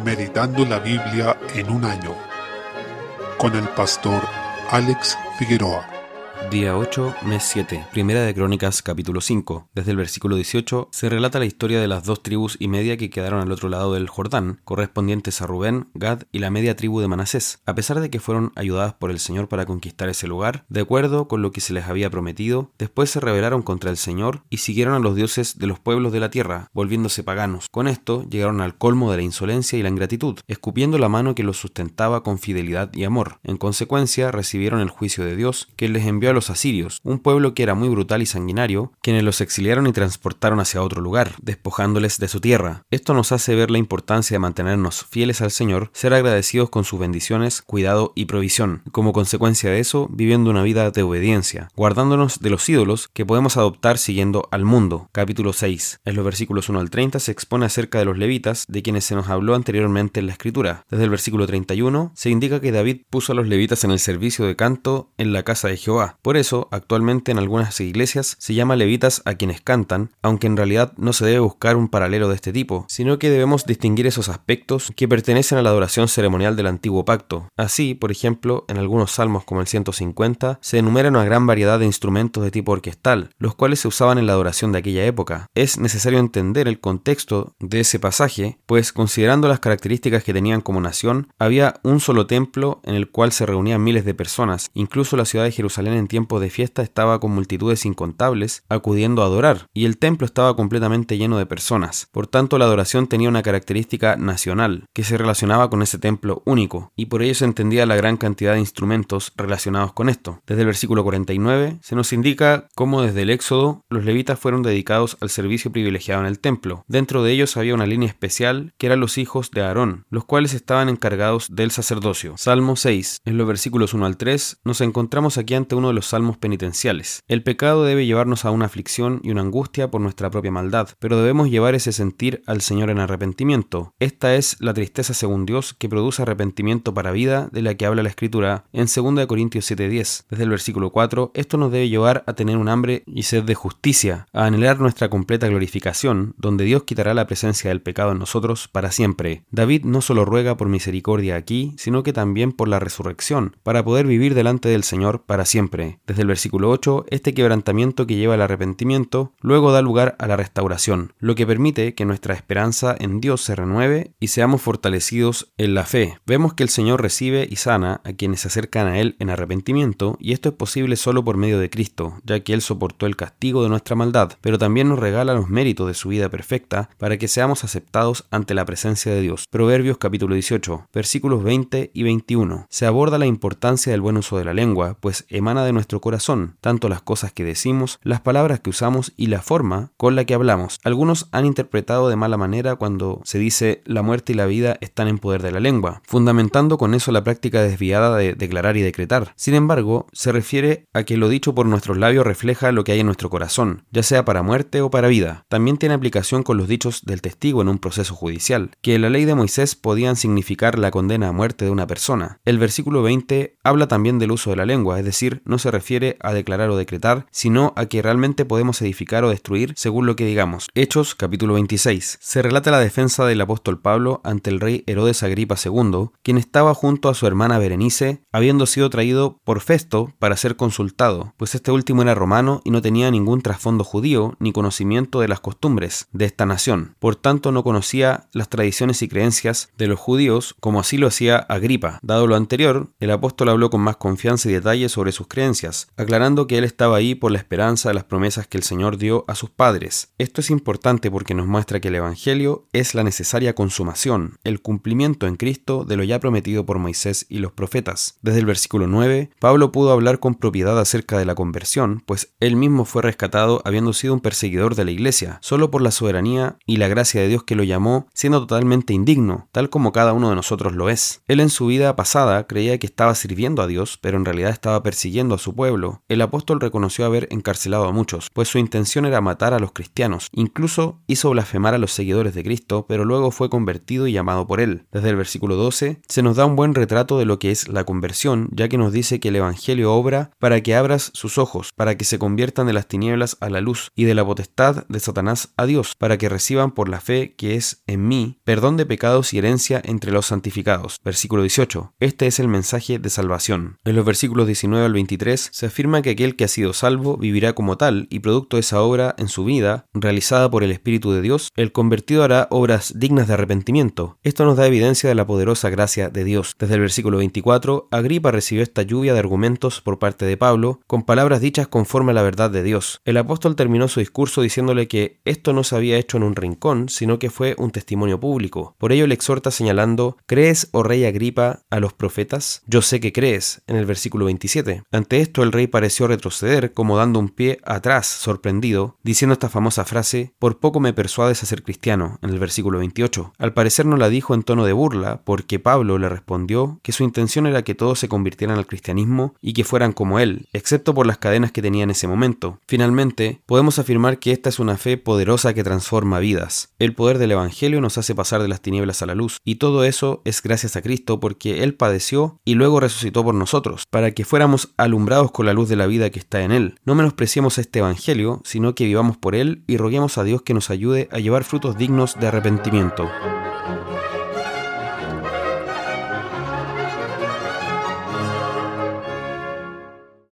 Meditando la Biblia en un año, con el pastor Alex Figueroa. Día 8, mes 7, Primera de Crónicas, capítulo 5. Desde el versículo 18 se relata la historia de las 2 tribus y media que quedaron al otro lado del Jordán, correspondientes a Rubén, Gad y la media tribu de Manasés. A pesar de que fueron ayudadas por el Señor para conquistar ese lugar, de acuerdo con lo que se les había prometido, después se rebelaron contra el Señor y siguieron a los dioses de los pueblos de la tierra, volviéndose paganos. Con esto llegaron al colmo de la insolencia y la ingratitud, escupiendo la mano que los sustentaba con fidelidad y amor. En consecuencia, recibieron el juicio de Dios, que les envió a los asirios, un pueblo que era muy brutal y sanguinario, quienes los exiliaron y transportaron hacia otro lugar, despojándoles de su tierra. Esto nos hace ver la importancia de mantenernos fieles al Señor, ser agradecidos con sus bendiciones, cuidado y provisión. Como consecuencia de eso, viviendo una vida de obediencia, guardándonos de los ídolos que podemos adoptar siguiendo al mundo. Capítulo 6. En los versículos 1 al 30 se expone acerca de los levitas, de quienes se nos habló anteriormente en la Escritura. Desde el versículo 31 se indica que David puso a los levitas en el servicio de canto en la casa de Jehová. Por eso, actualmente en algunas iglesias se llama levitas a quienes cantan, aunque en realidad no se debe buscar un paralelo de este tipo, sino que debemos distinguir esos aspectos que pertenecen a la adoración ceremonial del antiguo pacto. Así, por ejemplo, en algunos salmos como el 150 se enumera una gran variedad de instrumentos de tipo orquestal, los cuales se usaban en la adoración de aquella época. Es necesario entender el contexto de ese pasaje, pues considerando las características que tenían como nación, había un solo templo en el cual se reunían miles de personas. Incluso la ciudad de Jerusalén en tiempos de fiesta estaba con multitudes incontables acudiendo a adorar, y el templo estaba completamente lleno de personas. Por tanto, la adoración tenía una característica nacional, que se relacionaba con ese templo único, y por ello se entendía la gran cantidad de instrumentos relacionados con esto. Desde el versículo 49 se nos indica cómo desde el Éxodo los levitas fueron dedicados al servicio privilegiado en el templo. Dentro de ellos había una línea especial que eran los hijos de Aarón, los cuales estaban encargados del sacerdocio. Salmo 6. En los versículos 1 al 3 nos encontramos aquí ante uno de los salmos penitenciales. El pecado debe llevarnos a una aflicción y una angustia por nuestra propia maldad, pero debemos llevar ese sentir al Señor en arrepentimiento. Esta es la tristeza según Dios que produce arrepentimiento para vida, de la que habla la Escritura en 2 Corintios 7:10. Desde el versículo 4, esto nos debe llevar a tener un hambre y sed de justicia, a anhelar nuestra completa glorificación, donde Dios quitará la presencia del pecado en nosotros para siempre. David no solo ruega por misericordia aquí, sino que también por la resurrección, para poder vivir delante del Señor para siempre. Desde el versículo 8, este quebrantamiento que lleva al arrepentimiento luego da lugar a la restauración, lo que permite que nuestra esperanza en Dios se renueve y seamos fortalecidos en la fe. Vemos que el Señor recibe y sana a quienes se acercan a Él en arrepentimiento, y esto es posible solo por medio de Cristo, ya que Él soportó el castigo de nuestra maldad, pero también nos regala los méritos de su vida perfecta para que seamos aceptados ante la presencia de Dios. Proverbios capítulo 18, versículos 20 y 21. Se aborda la importancia del buen uso de la lengua, pues emana de nuestro corazón, tanto las cosas que decimos, las palabras que usamos y la forma con la que hablamos. Algunos han interpretado de mala manera cuando se dice la muerte y la vida están en poder de la lengua, fundamentando con eso la práctica desviada de declarar y decretar. Sin embargo, se refiere a que lo dicho por nuestros labios refleja lo que hay en nuestro corazón, ya sea para muerte o para vida. También tiene aplicación con los dichos del testigo en un proceso judicial, que en la ley de Moisés podían significar la condena a muerte de una persona. El versículo 20 habla también del uso de la lengua, es decir, no se refiere a declarar o decretar, sino a que realmente podemos edificar o destruir según lo que digamos. Hechos capítulo 26. Se relata la defensa del apóstol Pablo ante el rey Herodes Agripa II, quien estaba junto a su hermana Berenice, habiendo sido traído por Festo para ser consultado, pues este último era romano y no tenía ningún trasfondo judío ni conocimiento de las costumbres de esta nación. Por tanto, no conocía las tradiciones y creencias de los judíos como así lo hacía Agripa. Dado lo anterior, el apóstol habló con más confianza y detalle sobre sus creencias, aclarando que él estaba ahí por la esperanza de las promesas que el Señor dio a sus padres. Esto es importante porque nos muestra que el Evangelio es la necesaria consumación, el cumplimiento en Cristo de lo ya prometido por Moisés y los profetas. Desde el versículo 9, Pablo pudo hablar con propiedad acerca de la conversión, pues él mismo fue rescatado habiendo sido un perseguidor de la iglesia, solo por la soberanía y la gracia de Dios que lo llamó, siendo totalmente indigno, tal como cada uno de nosotros lo es. Él en su vida pasada creía que estaba sirviendo a Dios, pero en realidad estaba persiguiendo a su su pueblo. El apóstol reconoció haber encarcelado a muchos, pues su intención era matar a los cristianos. Incluso hizo blasfemar a los seguidores de Cristo, pero luego fue convertido y llamado por él. Desde el versículo 12 se nos da un buen retrato de lo que es la conversión, ya que nos dice que el Evangelio obra para que abras sus ojos, para que se conviertan de las tinieblas a la luz y de la potestad de Satanás a Dios, para que reciban por la fe que es en mí perdón de pecados y herencia entre los santificados. Versículo 18. Este es el mensaje de salvación. En los versículos 19 al 23 se afirma que aquel que ha sido salvo vivirá como tal, y producto de esa obra en su vida, realizada por el Espíritu de Dios, el convertido hará obras dignas de arrepentimiento. Esto nos da evidencia de la poderosa gracia de Dios. Desde el versículo 24, Agripa recibió esta lluvia de argumentos por parte de Pablo, con palabras dichas conforme a la verdad de Dios. El apóstol terminó su discurso diciéndole que esto no se había hecho en un rincón, sino que fue un testimonio público. Por ello le exhorta señalando: ¿crees, oh rey Agripa, a los profetas? Yo sé que crees, en el versículo 27. Ante esto el rey pareció retroceder, como dando un pie atrás, sorprendido, diciendo esta famosa frase: por poco me persuades a ser cristiano, en el versículo 28. Al parecer no la dijo en tono de burla, porque Pablo le respondió que su intención era que todos se convirtieran al cristianismo y que fueran como él, excepto por las cadenas que tenía en ese momento. Finalmente, podemos afirmar que esta es una fe poderosa que transforma vidas. El poder del Evangelio nos hace pasar de las tinieblas a la luz, y todo eso es gracias a Cristo, porque Él padeció y luego resucitó por nosotros, para que fuéramos alumbrados con la luz de la vida que está en Él. No menospreciemos este Evangelio, sino que vivamos por Él y roguemos a Dios que nos ayude a llevar frutos dignos de arrepentimiento.